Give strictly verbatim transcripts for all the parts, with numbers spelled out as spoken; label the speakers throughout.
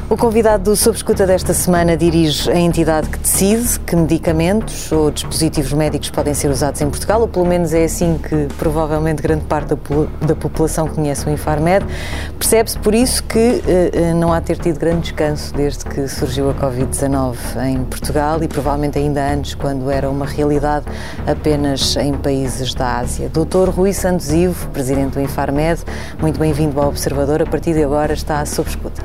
Speaker 1: O convidado do Sob Escuta desta semana dirige a entidade que decide que medicamentos ou dispositivos médicos podem ser usados em Portugal, ou pelo menos é assim que provavelmente grande parte da, da população conhece o Infarmed. Percebe-se por isso que eh, não há ter tido grande descanso desde que surgiu a covid dezanove em Portugal e provavelmente ainda antes, quando era uma realidade apenas em países da Ásia. doutor Rui Santos Ivo, presidente do Infarmed, muito bem-vindo ao Observador. A partir de agora está Sob Escuta.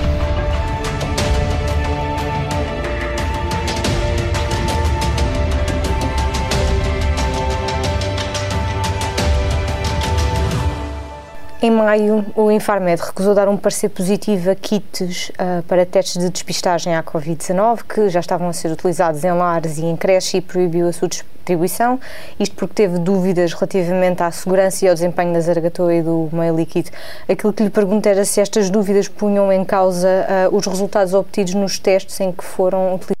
Speaker 2: Em maio, o Infarmed recusou dar um parecer positivo a kits uh, para testes de despistagem à covid dezanove, que já estavam a ser utilizados em lares e em creches, e proibiu a sua distribuição. Isto porque teve dúvidas relativamente à segurança e ao desempenho da Zaragatua e do meio líquido. Aquilo que lhe pergunto era se estas dúvidas punham em causa uh, os resultados obtidos nos testes em que foram utilizados.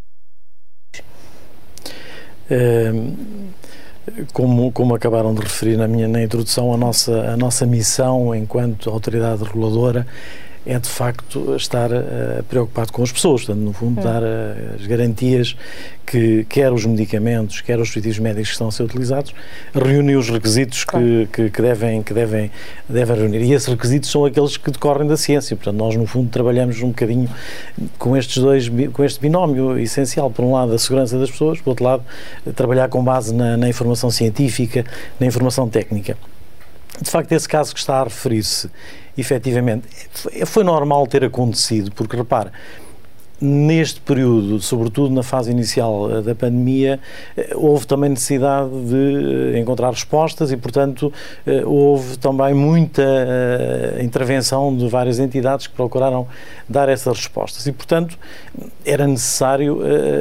Speaker 3: Um... Como, como acabaram de referir na minha na introdução, a nossa, a nossa missão enquanto autoridade reguladora é de facto estar uh, preocupado com as pessoas, portanto, no fundo, dar uh, as garantias que quer os medicamentos, quer os dispositivos médicos que estão a ser utilizados, reunir os requisitos que, que, que, devem, que devem, devem reunir. E esses requisitos são aqueles que decorrem da ciência. Portanto, nós, no fundo, trabalhamos um bocadinho com estes dois, com este binómio essencial. Por um lado, a segurança das pessoas, por outro lado, trabalhar com base na, na informação científica, na informação técnica. De facto, esse caso que está a referir-se, efetivamente, foi normal ter acontecido, porque, repare, neste período, sobretudo na fase inicial da pandemia, houve também necessidade de encontrar respostas e, portanto, houve também muita intervenção de várias entidades que procuraram dar essas respostas e, portanto, era necessário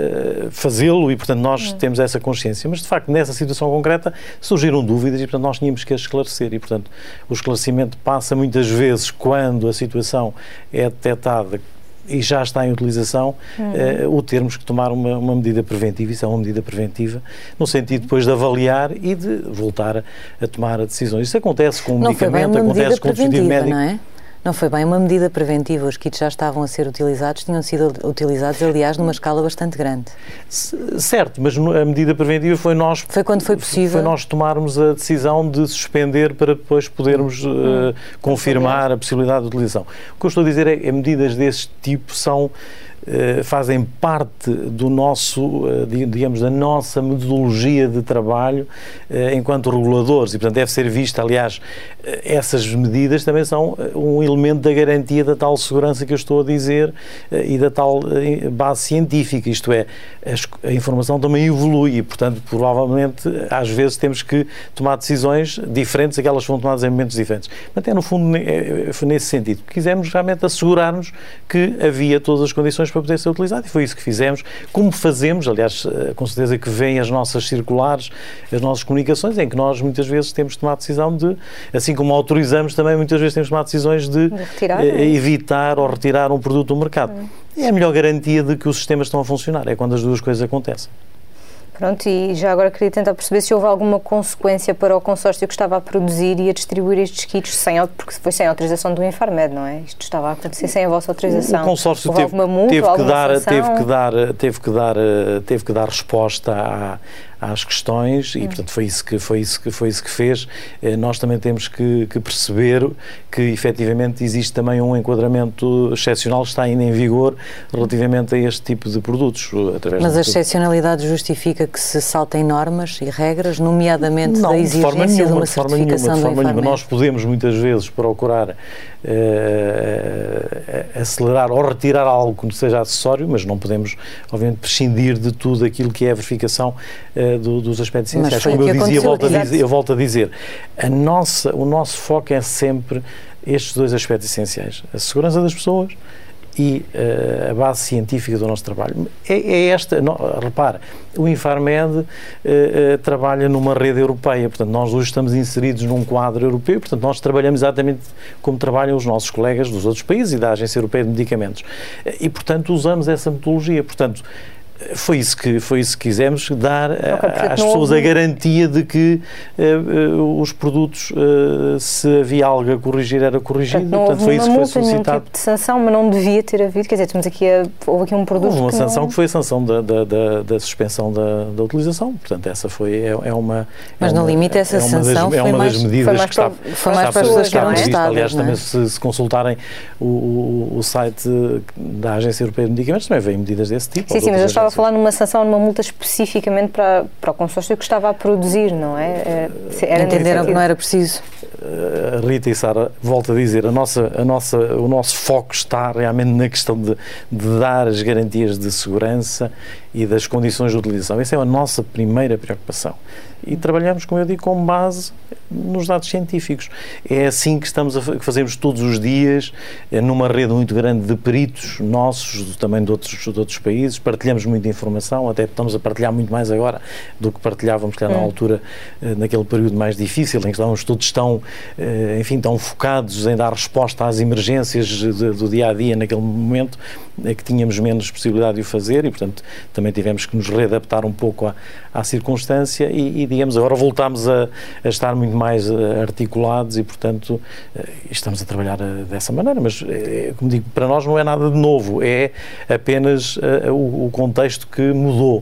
Speaker 3: fazê-lo e, portanto, nós temos essa consciência. Mas, de facto, nessa situação concreta surgiram dúvidas e, portanto, nós tínhamos que as esclarecer e, portanto, o esclarecimento passa muitas vezes quando a situação é detectada e já está em utilização, uhum. uh, o termos que tomar uma, uma medida preventiva. Isso é uma medida preventiva, no sentido depois de avaliar e de voltar a, a tomar decisões. Isso acontece com o
Speaker 1: não
Speaker 3: medicamento, acontece com o dispositivo médico.
Speaker 1: Não é? Não foi bem uma medida preventiva, os kits já estavam a ser utilizados, tinham sido utilizados, aliás, numa escala bastante grande.
Speaker 3: Certo, mas a medida preventiva foi nós...
Speaker 1: Foi quando foi possível?
Speaker 3: Foi nós tomarmos a decisão de suspender para depois podermos hum, uh, confirmar a possibilidade de utilização. O que eu estou a dizer é que medidas desse tipo são... Uh, fazem parte do nosso, uh, digamos, da nossa metodologia de trabalho uh, enquanto reguladores e, portanto, deve ser vista, aliás, uh, essas medidas também são um elemento da garantia da tal segurança que eu estou a dizer uh, e da tal uh, base científica, isto é, a, a informação também evolui e, portanto, provavelmente, às vezes temos que tomar decisões diferentes, aquelas que foram tomadas em momentos diferentes. Mas, é, no fundo, é, foi nesse sentido. Quisemos realmente assegurar-nos que havia todas as condições para poder ser utilizado e foi isso que fizemos, como fazemos, aliás, com certeza que vêm as nossas circulares, as nossas comunicações, em que nós muitas vezes temos de tomar decisão de, assim como autorizamos também, muitas vezes temos de tomar decisões de, de retirar, eh, é? evitar ou retirar um produto do mercado. Hum. É a melhor garantia de que os sistemas estão a funcionar, é quando as duas coisas acontecem.
Speaker 2: Pronto, e já agora queria tentar perceber se houve alguma consequência para o consórcio que estava a produzir e a distribuir estes kits, sem, porque foi sem autorização do Infarmed, não é? Isto estava a acontecer sem a vossa autorização.
Speaker 3: O consórcio
Speaker 2: houve
Speaker 3: teve,
Speaker 2: alguma multa,
Speaker 3: teve, que dar,
Speaker 2: sanção?
Speaker 3: teve, que dar, teve, que dar, teve que dar resposta à, às questões e, hum. portanto, foi isso que, foi isso que, foi isso que fez. Nós também temos que, que perceber que, efetivamente, existe também um enquadramento excepcional que está ainda em vigor relativamente a este tipo de produtos. Através
Speaker 1: Mas
Speaker 3: de
Speaker 1: a excepcionalidade justifica que se saltem normas e regras, nomeadamente
Speaker 3: não,
Speaker 1: da exigência de, forma nenhuma, de uma certificação
Speaker 3: de forma
Speaker 1: do
Speaker 3: nenhuma. Nós podemos, muitas vezes, procurar uh, acelerar ou retirar algo que seja acessório, mas não podemos, obviamente, prescindir de tudo aquilo que é a verificação uh, do, dos aspectos essenciais. Como eu dizia, volto a dizer, eu volto a dizer, a nossa, o nosso foco é sempre estes dois aspectos essenciais, a segurança das pessoas e uh, a base científica do nosso trabalho. É, é esta, não, repara, o Infarmed uh, uh, trabalha numa rede europeia, portanto, nós hoje estamos inseridos num quadro europeu, portanto, nós trabalhamos exatamente como trabalham os nossos colegas dos outros países e da Agência Europeia de Medicamentos. E, portanto, usamos essa metodologia. Portanto, Foi isso que, foi isso que quisemos, dar okay,
Speaker 2: a,
Speaker 3: às pessoas houve... a garantia de que uh, uh, os produtos, uh, se havia algo a corrigir, era corrigido.
Speaker 2: Portanto, não
Speaker 3: Portanto, foi isso que foi solicitado.
Speaker 2: Nenhum tipo de sanção, mas não devia ter havido, quer dizer, temos aqui a, houve aqui um produto
Speaker 3: houve uma
Speaker 2: que
Speaker 3: sanção
Speaker 2: não...
Speaker 3: que foi a sanção da, da, da, da suspensão da, da utilização. Portanto, essa foi, é, é uma...
Speaker 1: Mas
Speaker 3: é
Speaker 1: no
Speaker 3: uma,
Speaker 1: limite essa
Speaker 3: é uma
Speaker 1: sanção
Speaker 3: das,
Speaker 1: foi
Speaker 3: é uma
Speaker 1: mais,
Speaker 3: das medidas
Speaker 2: foi
Speaker 3: que está,
Speaker 1: foi mais para as pessoas que eram testadas.
Speaker 3: Aliás,
Speaker 1: não é?
Speaker 3: também se, se consultarem o, o, o site da Agência Europeia de Medicamentos, também vêm medidas desse tipo.
Speaker 2: Sim, sim, mas eu estava a falar numa sanção, numa multa especificamente para, para o consórcio que estava a produzir, não é?
Speaker 1: Era Entenderam que não era preciso?
Speaker 3: Rita e Sara, volto a dizer, a nossa, a nossa, o nosso foco está realmente na questão de, de dar as garantias de segurança e das condições de utilização. Essa é a nossa primeira preocupação. E trabalhamos, como eu digo, com base nos dados científicos. É assim que estamos a, que fazemos todos os dias, numa rede muito grande de peritos nossos, também de outros, de outros países, partilhamos muita informação, até estamos a partilhar muito mais agora do que partilhávamos que na altura, naquele período mais difícil, em que estávamos todos tão, enfim, tão focados em dar resposta às emergências do dia-a-dia naquele momento, que tínhamos menos possibilidade de o fazer e, portanto, também tivemos que nos readaptar um pouco à, à circunstância e, e, digamos, agora voltámos a, a estar muito mais articulados e, portanto, estamos a trabalhar dessa maneira, mas, como digo, para nós não é nada de novo, é apenas o, o contexto que mudou.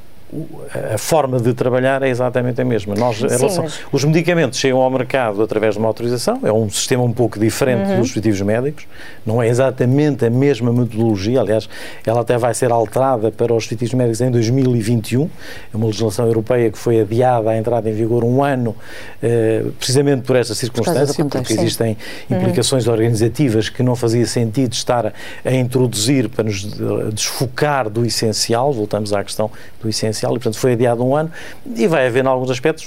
Speaker 3: A forma de trabalhar é exatamente a mesma. Nós, Sim, relação, mas... Os medicamentos chegam ao mercado através de uma autorização, é um sistema um pouco diferente uhum. dos dispositivos médicos, não é exatamente a mesma metodologia, aliás, ela até vai ser alterada para os dispositivos médicos em dois mil e vinte e um, é uma legislação europeia que foi adiada à entrada em vigor um ano, eh, precisamente por esta circunstância, por porque existem sim. implicações uhum. organizativas que não fazia sentido estar a introduzir para nos desfocar do essencial, voltamos à questão do essencial, e, portanto, foi adiado um ano e vai haver, em alguns aspectos,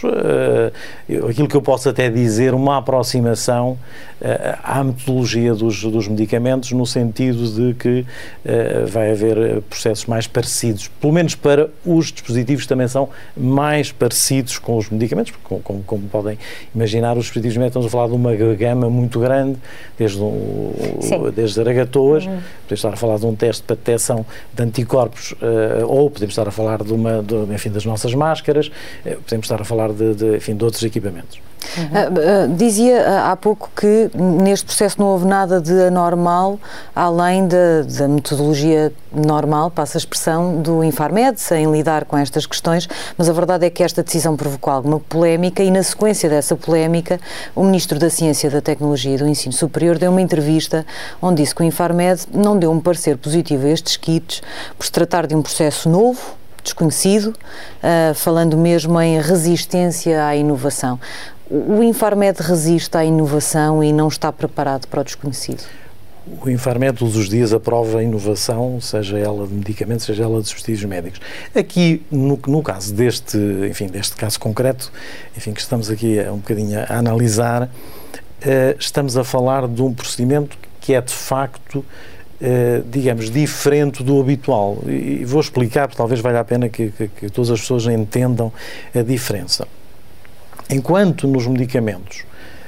Speaker 3: uh, aquilo que eu posso até dizer, uma aproximação uh, à metodologia dos, dos medicamentos, no sentido de que uh, vai haver processos mais parecidos, pelo menos para os dispositivos também são mais parecidos com os medicamentos, porque, como, como, como podem imaginar, os dispositivos médicos, estamos a falar de uma gama muito grande, desde, um, desde aragatoas, uhum. podemos estar a falar de um teste para detecção de anticorpos, uh, ou podemos estar a falar de uma Do, enfim, das nossas máscaras, podemos estar a falar de, de, enfim, de outros equipamentos.
Speaker 1: Uhum. Uh, uh, dizia uh, há pouco que neste processo não houve nada de anormal, além da, da metodologia normal, passa a expressão, do Infarmed, em lidar com estas questões, mas a verdade é que esta decisão provocou alguma polémica e, na sequência dessa polémica, o Ministro da Ciência, da Tecnologia e do Ensino Superior deu uma entrevista onde disse que o Infarmed não deu um parecer positivo a estes kits por se tratar de um processo novo, desconhecido, uh, falando mesmo em resistência à inovação. O Infarmed resiste à inovação e não está preparado para o desconhecido?
Speaker 3: O Infarmed todos os dias aprova a inovação, seja ela de medicamentos, seja ela de dispositivos médicos. Aqui, no, no caso deste, enfim, deste caso concreto, enfim, que estamos aqui a, um bocadinho a analisar, uh, estamos a falar de um procedimento que é, de facto, Uh, digamos, diferente do habitual. E vou explicar, porque talvez valha a pena que, que, que todas as pessoas entendam a diferença. Enquanto nos medicamentos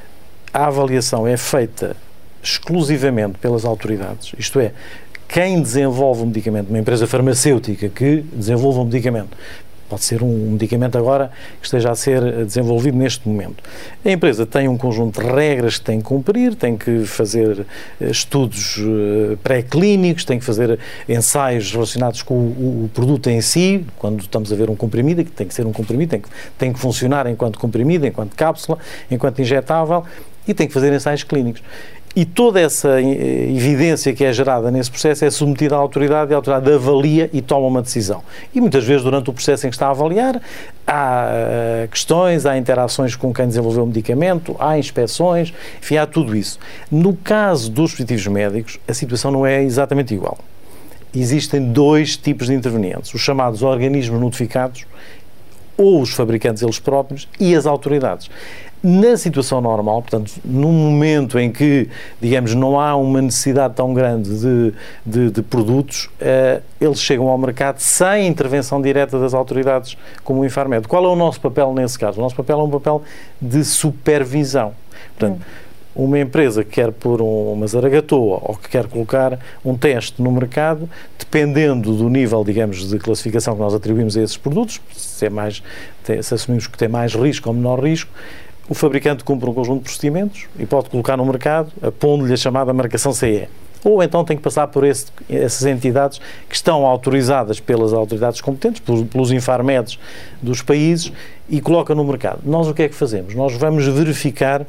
Speaker 3: a avaliação é feita exclusivamente pelas autoridades, isto é, quem desenvolve um medicamento, uma empresa farmacêutica que desenvolve um medicamento, pode ser um medicamento agora que esteja a ser desenvolvido neste momento. A empresa tem um conjunto de regras que tem que cumprir, tem que fazer estudos pré-clínicos, tem que fazer ensaios relacionados com o, o produto em si, quando estamos a ver um comprimido, que tem que ser um comprimido, tem que, tem que funcionar enquanto comprimido, enquanto cápsula, enquanto injetável, e tem que fazer ensaios clínicos. E toda essa evidência que é gerada nesse processo é submetida à autoridade e a autoridade avalia e toma uma decisão. E muitas vezes, durante o processo em que está a avaliar, há uh, questões, há interações com quem desenvolveu o medicamento, há inspeções, enfim, há tudo isso. No caso dos dispositivos médicos, a situação não é exatamente igual. Existem dois tipos de intervenientes, os chamados organismos notificados, ou os fabricantes eles próprios, e as autoridades. Na situação normal, portanto, num momento em que, digamos, não há uma necessidade tão grande de, de, de produtos, uh, eles chegam ao mercado sem intervenção direta das autoridades, como o Infarmed. Qual é o nosso papel nesse caso? O nosso papel é um papel de supervisão. Portanto, hum. uma empresa que quer pôr um, uma zaragatoa ou que quer colocar um teste no mercado, dependendo do nível, digamos, de classificação que nós atribuímos a esses produtos, se, é mais, se assumimos que tem mais risco ou menor risco, o fabricante cumpre um conjunto de procedimentos e pode colocar no mercado, pondo-lhe a chamada marcação C E. Ou então tem que passar por esse, essas entidades que estão autorizadas pelas autoridades competentes, pelos Infarmedes dos países, e coloca no mercado. Nós o que é que fazemos? Nós vamos verificar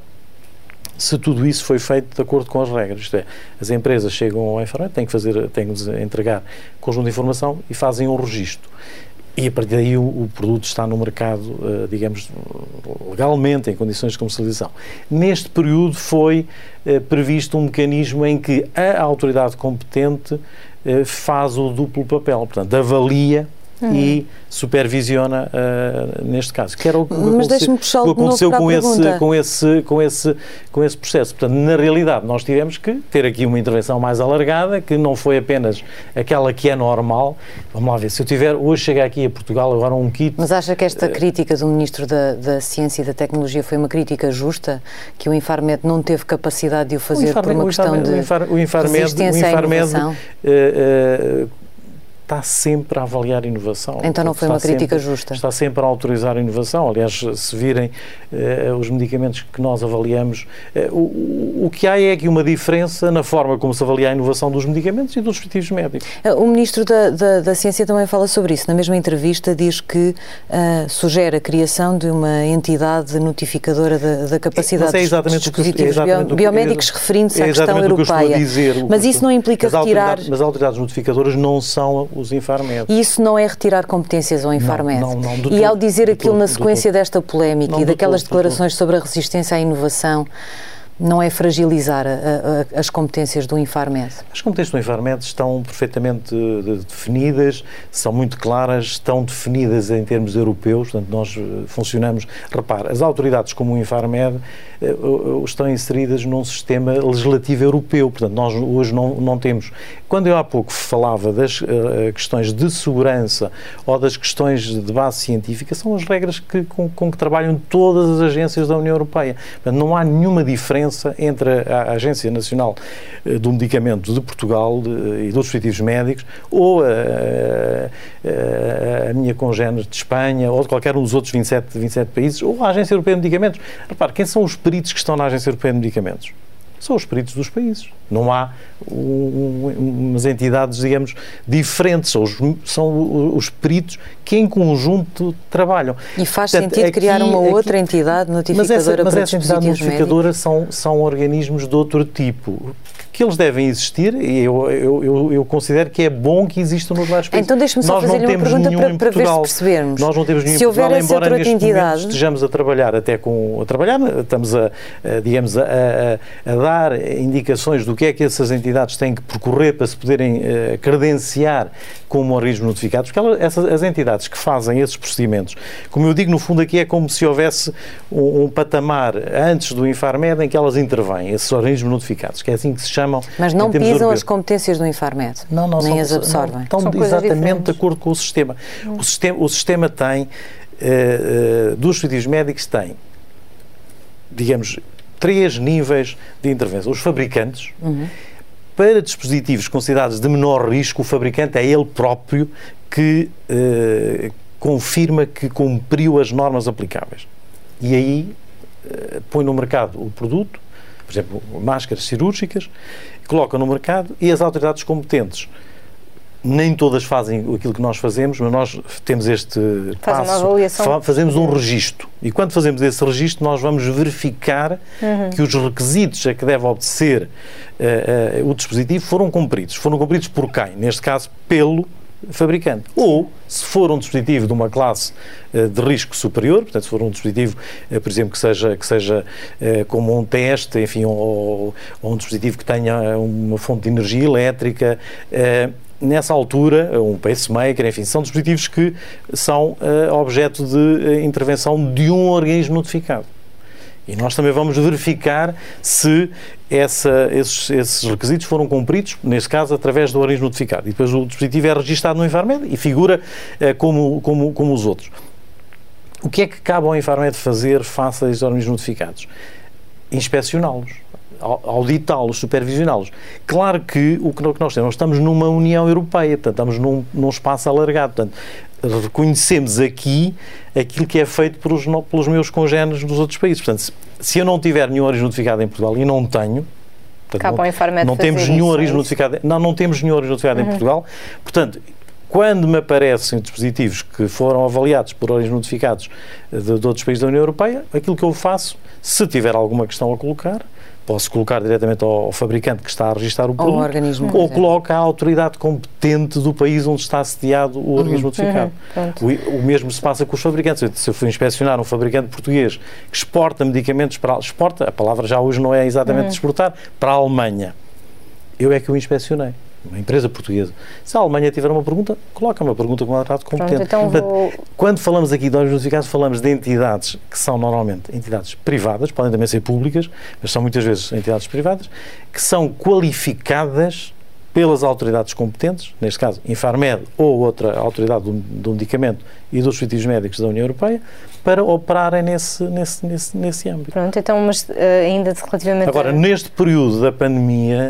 Speaker 3: se tudo isso foi feito de acordo com as regras. Isto é, as empresas chegam ao Infarmed, têm que fazer, têm que entregar conjunto de informação e fazem um registro. E a partir daí o, o produto está no mercado, uh, digamos, legalmente, em condições de comercialização. Neste período foi uh, previsto um mecanismo em que a autoridade competente uh, faz o duplo papel, portanto, avalia Hum. e supervisiona uh, neste caso. Que era o que aconteceu, aconteceu com, esse, com, esse, com, esse, com esse processo. Portanto, na realidade, nós tivemos que ter aqui uma intervenção mais alargada, que não foi apenas aquela que é normal. Vamos lá ver, se eu tiver, hoje chega aqui a Portugal agora um kit...
Speaker 1: Mas acha que esta uh, crítica do Ministro da, da Ciência e da Tecnologia foi uma crítica justa? Que o Infarmed não teve capacidade de o fazer o Infarmed, por uma questão Infarmed, de o Infar, o Infarmed, resistência o Infarmed, à inovação? Uh, uh, está sempre a avaliar a inovação. Então não foi uma crítica justa?
Speaker 3: Está sempre a autorizar a inovação. Aliás, se virem uh, os medicamentos que nós avaliamos, uh, o, o que há é aqui uma diferença na forma como se avalia a inovação dos medicamentos e dos dispositivos médicos.
Speaker 1: O Ministro da, da, da Ciência também fala sobre isso. Na mesma entrevista diz que uh, sugere a criação de uma entidade notificadora da, da capacidade
Speaker 3: é
Speaker 1: dos dispositivos
Speaker 3: que, é
Speaker 1: bio, biomédicos, referindo-se
Speaker 3: é
Speaker 1: à questão europeia. Que
Speaker 3: dizer,
Speaker 1: mas isso não implica retirar...
Speaker 3: Mas as autoridades notificadoras não são os Infarmed.
Speaker 1: E isso não é retirar competências ao Infarmed?
Speaker 3: Não, não, não,
Speaker 1: e ao dizer aquilo
Speaker 3: todo,
Speaker 1: na sequência desta polémica
Speaker 3: não,
Speaker 1: e daquelas
Speaker 3: todo,
Speaker 1: declarações sobre a resistência à inovação, não é fragilizar a, a, as competências do Infarmed?
Speaker 3: As competências do Infarmed estão perfeitamente definidas, são muito claras, estão definidas em termos europeus, portanto nós funcionamos, repara, as autoridades como o Infarmed estão inseridas num sistema legislativo europeu, portanto nós hoje não, não temos, quando eu há pouco falava das uh, questões de segurança ou das questões de base científica, são as regras que, com, com que trabalham todas as agências da União Europeia, portanto não há nenhuma diferença entre a Agência Nacional do Medicamento de Portugal e dos dispositivos médicos ou a, a, a minha congénere de Espanha ou de qualquer um dos outros vinte e sete, vinte e sete países ou a Agência Europeia de Medicamentos. Repare, quem são os peritos que estão na Agência Europeia de Medicamentos? São os peritos dos países. Não há um, umas entidades, digamos, diferentes. São os, são os peritos que em conjunto trabalham.
Speaker 1: E faz Portanto, sentido aqui, criar uma aqui, outra entidade notificadora
Speaker 3: mas essa,
Speaker 1: para
Speaker 3: mas
Speaker 1: essa
Speaker 3: dispositivos médicos? Mas essa entidade notificadora são, são organismos de outro tipo. Que eles devem existir e eu, eu, eu, eu considero que é bom que existam nos vários países.
Speaker 1: Então deixe-me só fazer-lhe uma pergunta para, para ver se percebermos.
Speaker 3: Nós não temos nenhum
Speaker 1: se
Speaker 3: em Portugal, embora neste
Speaker 1: entidade...
Speaker 3: momento estejamos a trabalhar até com... A trabalhar, estamos a, a digamos, a, a, a dar indicações do que é que essas entidades têm que percorrer para se poderem uh, credenciar como organismos notificados, porque elas, essas, as entidades que fazem esses procedimentos, como eu digo, no fundo aqui é como se houvesse um, um patamar antes do Infarmed em que elas intervêm, esses organismos notificados, que é assim que se chamam.
Speaker 1: Mas não pisam as competências do Infarmed,
Speaker 3: não, não,
Speaker 1: nem
Speaker 3: são,
Speaker 1: as absorvem.
Speaker 3: Não, estão são exatamente de acordo com o sistema. Hum. O sistema, o sistema tem, uh, uh, dos dispositivos médicos tem, digamos, três níveis de intervenção. Os fabricantes, uhum. para dispositivos considerados de menor risco, o fabricante é ele próprio que uh, confirma que cumpriu as normas aplicáveis. E aí uh, põe no mercado o produto, por exemplo, máscaras cirúrgicas, coloca no mercado e as autoridades competentes, nem todas fazem aquilo que nós fazemos, mas nós temos este
Speaker 2: Faz
Speaker 3: passo, fazemos um registro. E quando fazemos esse registro, nós vamos verificar uhum. que os requisitos a que deve obedecer uh, uh, o dispositivo foram cumpridos. Foram cumpridos por quem? Neste caso, pelo fabricante. Ou, se for um dispositivo de uma classe uh, de risco superior, portanto, se for um dispositivo, uh, por exemplo, que seja, que seja uh, como um teste, enfim, ou, ou um dispositivo que tenha uma fonte de energia elétrica, uh, nessa altura, um pacemaker, enfim, são dispositivos que são uh, objeto de uh, intervenção de um organismo notificado. E nós também vamos verificar se essa, esses, esses requisitos foram cumpridos, neste caso, através do organismo notificado. E depois o dispositivo é registado no Infarmed e figura eh, como, como, como os outros. O que é que cabe ao Infarmed fazer face a esses organismos notificados? Inspecioná-los. auditá-los, supervisioná-los. Claro que o que nós temos, nós estamos numa União Europeia, portanto, estamos num, num espaço alargado, portanto, reconhecemos aqui aquilo que é feito pelos, pelos meus congéneres dos outros países. Portanto, se, se eu não tiver nenhum origem notificado em Portugal, e não tenho, portanto, não, não temos nenhum origem notificado, não, não temos nenhum origem notificado uhum. em Portugal, portanto, quando me aparecem dispositivos que foram avaliados por origens notificados de, de outros países da União Europeia, aquilo que eu faço, se tiver alguma questão a colocar, posso colocar diretamente ao, ao fabricante que está a registrar o produto,
Speaker 1: organismo,
Speaker 3: ou coloca a autoridade competente do país onde está sediado o organismo uhum. notificado. Uhum. O, o mesmo se passa com os fabricantes. Se eu for inspecionar um fabricante português que exporta medicamentos para... Exporta, a palavra já hoje não é exatamente uhum. exportar, para a Alemanha. Eu é que o inspecionei. Uma empresa portuguesa. Se a Alemanha tiver uma pergunta, coloca uma pergunta com uma autoridade competente.
Speaker 2: Pronto, então vou...
Speaker 3: Quando falamos aqui de órgãos notificados, falamos de entidades que são normalmente entidades privadas, podem também ser públicas, mas são muitas vezes entidades privadas, que são qualificadas pelas autoridades competentes, neste caso Infarmed ou outra autoridade do, do medicamento e dos dispositivos médicos da União Europeia, para operarem nesse, nesse, nesse, nesse âmbito.
Speaker 2: Pronto, então, mas uh, ainda relativamente...
Speaker 3: Agora, a... neste período da pandemia,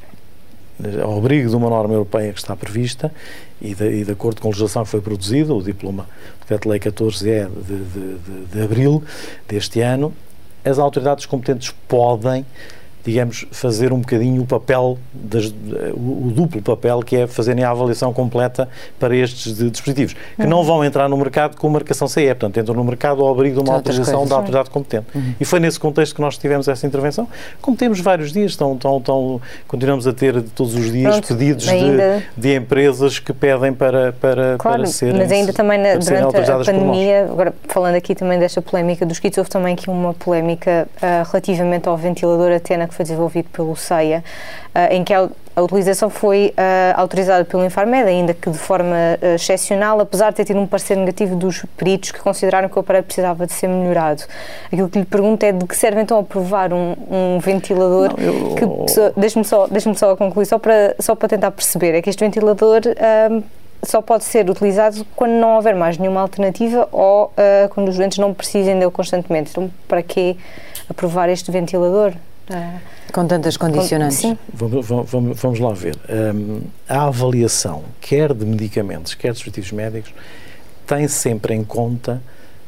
Speaker 3: ao abrigo de uma norma europeia que está prevista e de, e de acordo com a legislação que foi produzida, o diploma do Decreto-Lei catorze E de, de, de, de abril deste ano, as autoridades competentes podem, digamos, fazer um bocadinho o papel, das, o, o duplo papel, que é fazerem a avaliação completa para estes de, dispositivos, que uhum. não vão entrar no mercado com marcação C E, portanto, entram no mercado ao abrigo de uma autorização da autoridade competente. Uhum. E foi nesse contexto que nós tivemos essa intervenção. Como temos vários dias, estão, estão, estão, continuamos a ter todos os dias Pronto, pedidos ainda... de, de empresas que pedem para, para,
Speaker 2: claro,
Speaker 3: para serem
Speaker 2: mas ainda também na, durante a pandemia, agora falando aqui também desta polémica dos kits, houve também aqui uma polémica uh, relativamente ao ventilador Atena, que foi desenvolvido pelo CEIA, uh, em que a, a utilização foi uh, autorizada pelo Infarmed, ainda que de forma uh, excepcional, apesar de ter tido um parecer negativo dos peritos que consideraram que o aparelho precisava de ser melhorado. Aquilo que lhe pergunto é de que serve então aprovar um, um ventilador Não, eu... que, deixe-me só, deixe-me só concluir, só para, só para tentar perceber, é que este ventilador uh, só pode ser utilizado quando não houver mais nenhuma alternativa ou uh, quando os doentes não precisem dele constantemente. Então, para que aprovar este ventilador?
Speaker 1: Uh, com tantas condicionantes.
Speaker 2: Sim.
Speaker 3: Vamos, vamos, vamos lá ver. Um, a avaliação, quer de medicamentos, quer de dispositivos médicos, tem sempre em conta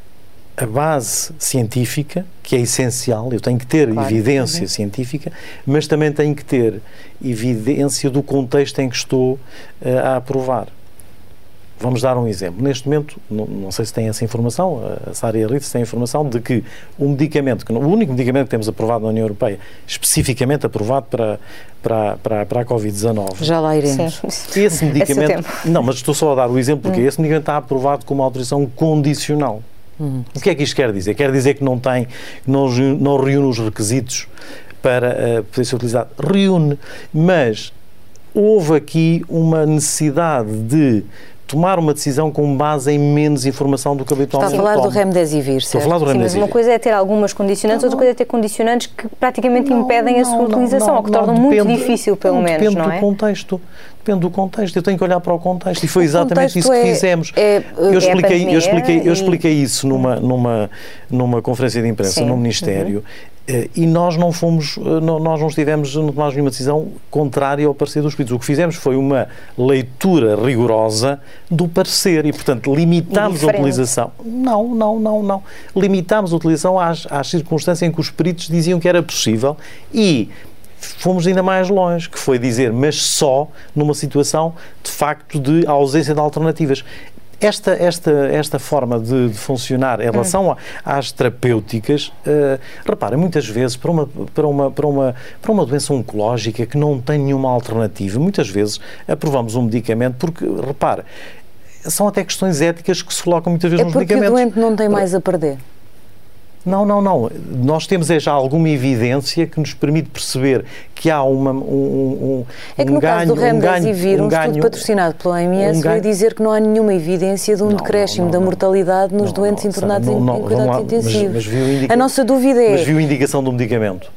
Speaker 3: a base científica, que é essencial. Eu tenho que ter claro, evidência uhum. científica, mas também tenho que ter evidência do contexto em que estou uh, a aprovar. Vamos dar um exemplo. Neste momento, não, não sei se tem essa informação, a Sara e a Rita tem a informação de que o medicamento, que, o único medicamento que temos aprovado na União Europeia, especificamente aprovado para, para, para, para a covid dezanove.
Speaker 1: Já lá iremos.
Speaker 3: Sim. Esse medicamento... Não, mas estou só a dar o exemplo porque hum. esse medicamento está aprovado com uma autorização condicional. Hum. O que é que isto quer dizer? Quer dizer que não tem, não, não reúne os requisitos para uh, poder ser utilizado. Reúne, mas houve aqui uma necessidade de tomar uma decisão com base em menos informação do que habitualmente
Speaker 1: Está a falar do Remdesivir,
Speaker 3: Estou a falar do Remdesivir.
Speaker 2: Sim, mas uma coisa é ter algumas condicionantes, não, outra coisa é ter condicionantes que praticamente
Speaker 3: não,
Speaker 2: impedem a sua
Speaker 3: não,
Speaker 2: utilização,
Speaker 3: não,
Speaker 2: ou que
Speaker 3: não,
Speaker 2: tornam
Speaker 3: depende,
Speaker 2: muito difícil, pelo
Speaker 3: não,
Speaker 2: menos,
Speaker 3: depende
Speaker 2: não é?
Speaker 3: Depende do contexto. Depende do contexto. Eu tenho que olhar para o contexto. E foi
Speaker 1: o
Speaker 3: exatamente isso
Speaker 1: é,
Speaker 3: que fizemos.
Speaker 1: É,
Speaker 3: eu, expliquei,
Speaker 2: é
Speaker 3: eu, expliquei,
Speaker 2: e...
Speaker 3: eu expliquei isso numa, numa, numa conferência de imprensa Sim. no Ministério. Uhum. E nós não fomos, nós não estivemos, não tomámos nenhuma decisão contrária ao parecer dos peritos. O que fizemos foi uma leitura rigorosa do parecer e, portanto, limitámos a utilização. Não, não, não, não. Limitámos a utilização às, às circunstâncias em que os peritos diziam que era possível e fomos ainda mais longe, que foi dizer, mas só numa situação, de facto, de ausência de alternativas. Esta, esta, esta forma de, de funcionar em relação hum. a, às terapêuticas, uh, reparem, muitas vezes para uma, para, uma, para, uma, para uma doença oncológica que não tem nenhuma alternativa, muitas vezes aprovamos um medicamento porque, repare, são até questões éticas que se colocam muitas vezes
Speaker 1: é
Speaker 3: nos medicamentos.
Speaker 1: É porque o doente não tem mais a perder.
Speaker 3: Não, não, não. Nós temos é já alguma evidência que nos permite perceber que há uma, um, um,
Speaker 1: é que
Speaker 3: um
Speaker 1: no
Speaker 3: ganho...
Speaker 1: caso do Remdesivir, um, um estudo patrocinado pela O M S um veio dizer que não há nenhuma evidência de um não, decréscimo não, não, da mortalidade nos não, doentes não, internados não, não, em, em cuidados lá, intensivos. Mas, mas viu indica... A nossa dúvida é...
Speaker 3: Mas viu a indicação do medicamento?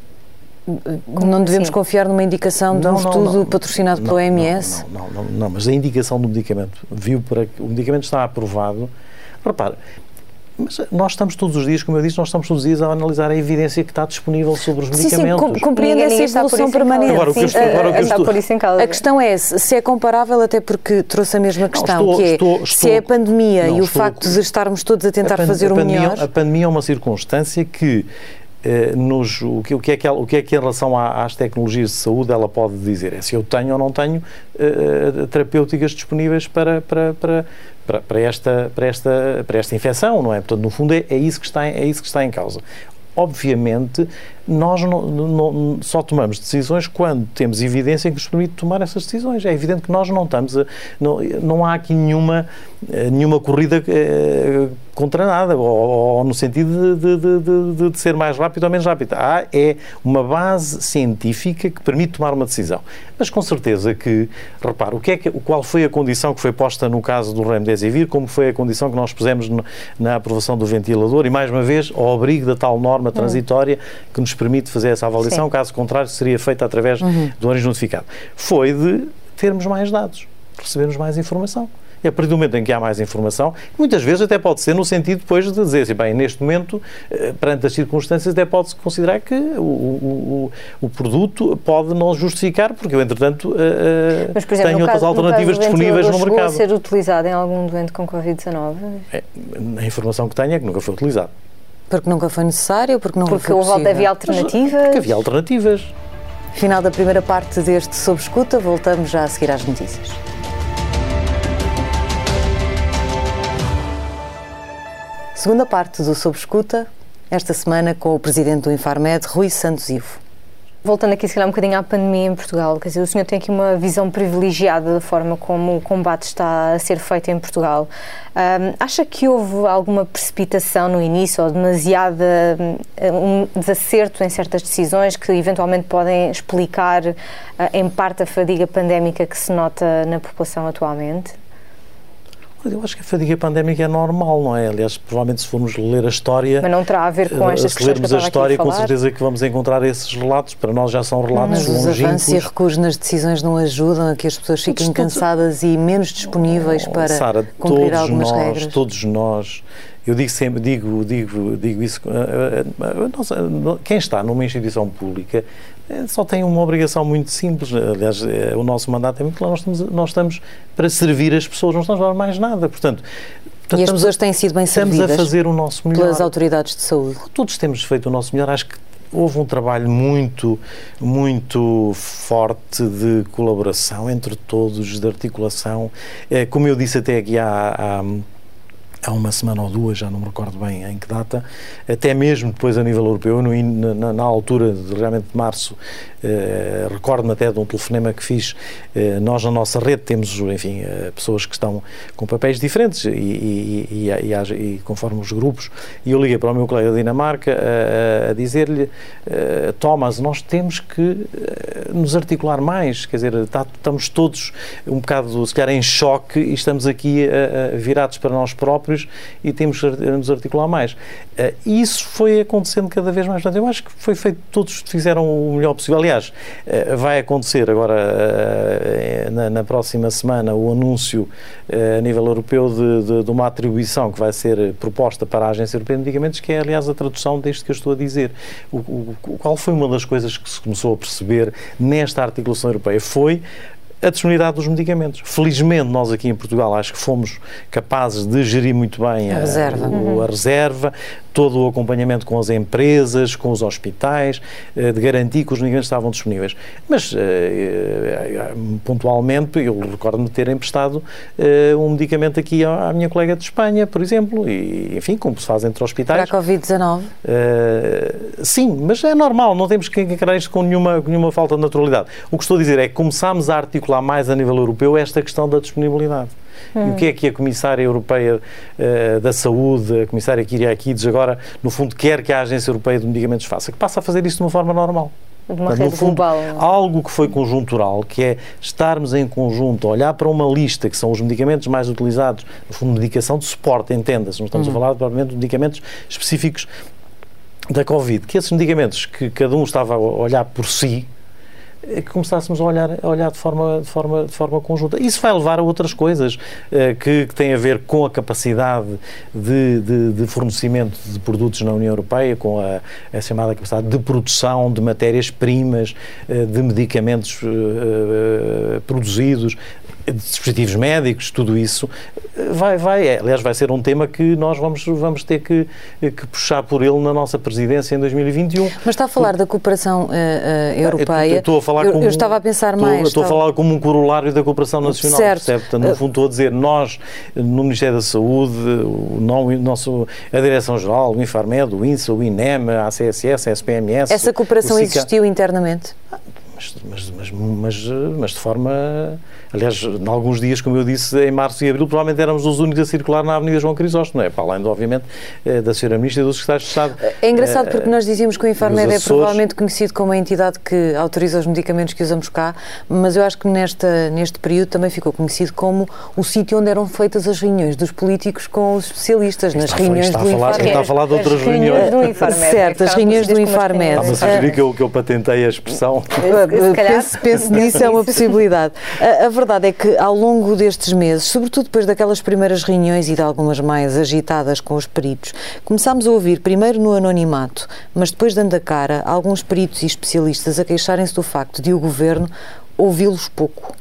Speaker 1: Não devemos Sim. confiar numa indicação de um não, estudo não, patrocinado não, pela O M S?
Speaker 3: Não, não, não, não, não, mas a indicação do medicamento, viu para o medicamento está aprovado. Repara, Mas nós estamos todos os dias, como eu disse, nós estamos todos os dias a analisar a evidência que está disponível sobre os medicamentos.
Speaker 1: Sim, sim, compreendo essa evolução permanente.
Speaker 3: Agora, o que eu estou, agora, o que eu estou...
Speaker 2: por isso em causa.
Speaker 1: A questão é se é comparável, até porque trouxe a mesma questão,
Speaker 3: não, estou,
Speaker 1: que é
Speaker 3: estou, estou,
Speaker 1: se é a pandemia
Speaker 3: não,
Speaker 1: e o
Speaker 3: estou,
Speaker 1: facto de estarmos todos a tentar
Speaker 3: a
Speaker 1: fazer
Speaker 3: a
Speaker 1: o
Speaker 3: pandemia,
Speaker 1: melhor.
Speaker 3: A pandemia é uma circunstância que Uh, nos, o, que, o, que é que ela, o que é que em relação à, às tecnologias de saúde ela pode dizer? É se eu tenho ou não tenho uh, terapêuticas disponíveis para, para, para, para, para, esta, para, esta, para esta infecção, não é? Portanto, no fundo é, é, isso que está, é isso que está em causa. Obviamente, nós não, não, só tomamos decisões quando temos evidência que nos permite tomar essas decisões. É evidente que nós não estamos a, não, não há aqui nenhuma, nenhuma corrida eh, contra nada, ou, ou no sentido de, de, de, de ser mais rápido ou menos rápido. Há é uma base científica que permite tomar uma decisão. Mas com certeza que, repare, o que é que, qual foi a condição que foi posta no caso do Remdesivir, como foi a condição que nós pusemos no, na aprovação do ventilador, e mais uma vez, ao abrigo da tal norma transitória que nos permite fazer essa avaliação, Sim. caso contrário seria feita através uhum. do órgão notificado. Foi de termos mais dados, recebermos mais informação. E a partir do momento em que há mais informação, muitas vezes até pode ser no sentido depois de dizer assim, bem, neste momento, perante as circunstâncias, até pode-se considerar que o, o, o produto pode não justificar, porque eu, entretanto,
Speaker 2: Mas, por exemplo,
Speaker 3: tenho outras
Speaker 2: caso,
Speaker 3: alternativas
Speaker 2: no
Speaker 3: disponíveis no mercado.
Speaker 2: A ser utilizado em algum doente com covid dezanove?
Speaker 3: É, a informação que tenho é que nunca foi utilizado.
Speaker 1: Porque nunca foi necessário, porque não
Speaker 2: porque
Speaker 1: foi possível.
Speaker 2: Porque havia alternativas?
Speaker 3: Mas, porque havia alternativas.
Speaker 1: Final da primeira parte deste Sob Escuta, voltamos já a seguir às notícias. Segunda parte do Sob Escuta, esta semana com o presidente do Infarmed, Rui Santos Ivo.
Speaker 2: Voltando aqui, se calhar, um bocadinho à pandemia em Portugal, quer dizer, o senhor tem aqui uma visão privilegiada da forma como o combate está a ser feito em Portugal. Um, acha que houve alguma precipitação no início ou demasiada um desacerto em certas decisões que eventualmente podem explicar, uh, em parte, a fadiga pandémica que se nota na população atualmente?
Speaker 3: Eu acho que a fadiga pandémica é normal, não é? Aliás, provavelmente se formos ler a história...
Speaker 2: Mas não terá a ver com estas questões que eu estava aqui a falar? Se lermos a história,
Speaker 3: com certeza que vamos encontrar esses relatos. Para nós já são relatos
Speaker 1: Mas
Speaker 3: longínquos.
Speaker 1: Os avanços e recuos nas decisões não ajudam a que as pessoas fiquem todos, cansadas todos, e menos disponíveis oh, para
Speaker 3: Sara,
Speaker 1: cumprir
Speaker 3: todos
Speaker 1: algumas
Speaker 3: nós,
Speaker 1: regras.
Speaker 3: Todos nós... Eu digo sempre, digo, digo, digo isso, nossa, quem está numa instituição pública só tem uma obrigação muito simples. Aliás, o nosso mandato é muito claro, nós estamos, nós estamos para servir as pessoas, não estamos a dar mais nada. Portanto,
Speaker 1: portanto e as pessoas têm sido bem servidas
Speaker 3: estamos a fazer o nosso melhor.
Speaker 1: Pelas autoridades de saúde.
Speaker 3: Todos temos feito o nosso melhor. Acho que houve um trabalho muito, muito forte de colaboração entre todos, de articulação. Como eu disse até aqui há... há há uma semana ou duas, já não me recordo bem em que data, até mesmo depois a nível europeu, no, na, na altura de, realmente de março, eh, recordo-me até de um telefonema que fiz, eh, nós na nossa rede temos, enfim, eh, pessoas que estão com papéis diferentes e, e, e, e, e, e conforme os grupos, e eu liguei para o meu colega da Dinamarca a, a dizer-lhe, eh, Thomas, nós temos que eh, nos articular mais, quer dizer, tá, estamos todos um bocado, se calhar, em choque e estamos aqui a, a, virados para nós próprios e temos que nos articular mais. E isso foi acontecendo cada vez mais. Portanto, eu acho que foi feito, todos fizeram o melhor possível. Aliás, vai acontecer agora, na, na próxima semana, o anúncio a nível europeu de, de, de uma atribuição que vai ser proposta para a Agência Europeia de Medicamentos, que é, aliás, a tradução deste que eu estou a dizer. O, o, qual foi uma das coisas que se começou a perceber nesta articulação europeia? Foi a disponibilidade dos medicamentos. Felizmente, nós aqui em Portugal acho que fomos capazes de gerir muito bem a, a reserva, o, a reserva, todo o acompanhamento com as empresas, com os hospitais, de garantir que os medicamentos estavam disponíveis. Mas, pontualmente, eu recordo-me de ter emprestado um medicamento aqui à minha colega de Espanha, por exemplo, e, enfim, como se faz entre hospitais.
Speaker 1: Para a covid dezanove?
Speaker 3: Uh, sim, mas é normal, não temos que encarar isto com nenhuma, com nenhuma falta de naturalidade. O que estou a dizer é que começámos a articular mais a nível europeu esta questão da disponibilidade. Hum. E o que é que a Comissária Europeia uh, da Saúde, a Comissária Kyriakides, agora, no fundo, quer que a Agência Europeia de Medicamentos faça? Que passa a fazer isto de uma forma normal.
Speaker 2: De uma rede global.
Speaker 3: Algo que foi conjuntural, que é estarmos em conjunto, olhar para uma lista que são os medicamentos mais utilizados, no fundo, medicação de suporte, entenda-se, não estamos hum. a falar, provavelmente, de medicamentos específicos da Covid, que esses medicamentos que cada um estava a olhar por si, que começássemos a olhar, a olhar de, forma, de, forma, de forma conjunta. Isso vai levar a outras coisas uh, que, que têm a ver com a capacidade de, de, de fornecimento de produtos na União Europeia, com a, a chamada capacidade de produção de matérias-primas, uh, de medicamentos uh, uh, produzidos, de dispositivos médicos, tudo isso vai, vai, é, aliás, vai ser um tema que nós vamos, vamos ter que, que puxar por ele na nossa presidência em dois mil e vinte e um.
Speaker 1: Mas está a falar por... da cooperação uh, uh, europeia.
Speaker 3: Estou a falar
Speaker 1: eu,
Speaker 3: como,
Speaker 1: eu estava a pensar
Speaker 3: estou,
Speaker 1: mais.
Speaker 3: Estou estava... a falar como um corolário da cooperação nacional.
Speaker 1: Certo.
Speaker 3: Portanto, no fundo estou a dizer, nós, no Ministério da Saúde, o, não, o nosso, a Direção-Geral, o Infarmed, o INSA, o INEM, a A C S S, a S P M S...
Speaker 1: Essa cooperação existiu internamente?
Speaker 3: Mas, mas, mas, mas, mas de forma... Aliás, em alguns dias, como eu disse, em março e abril, provavelmente éramos os únicos a circular na Avenida João Crisóstomo, não é? Para além, de, obviamente, da senhora Ministra e dos Secretários de Estado.
Speaker 1: É engraçado porque nós dizíamos que o Infarmed é provavelmente conhecido como a entidade que autoriza os medicamentos que usamos cá, mas eu acho que nesta, neste período também ficou conhecido como o sítio onde eram feitas as reuniões dos políticos com os especialistas, nas
Speaker 3: está,
Speaker 1: reuniões
Speaker 3: está
Speaker 1: do Infarmed.
Speaker 3: Está a falar de outras reuniões.
Speaker 2: Do Infarmed,
Speaker 1: certo, as reuniões do Infarmed.
Speaker 3: Estava a sugerir que eu, que eu patentei a expressão.
Speaker 1: Penso, penso nisso, é uma possibilidade. A, a verdade é que ao longo destes meses, sobretudo depois daquelas primeiras reuniões e de algumas mais agitadas com os peritos, começámos a ouvir, primeiro no anonimato, mas depois dando a cara, alguns peritos e especialistas a queixarem-se do facto de o Governo ouvi-los pouco.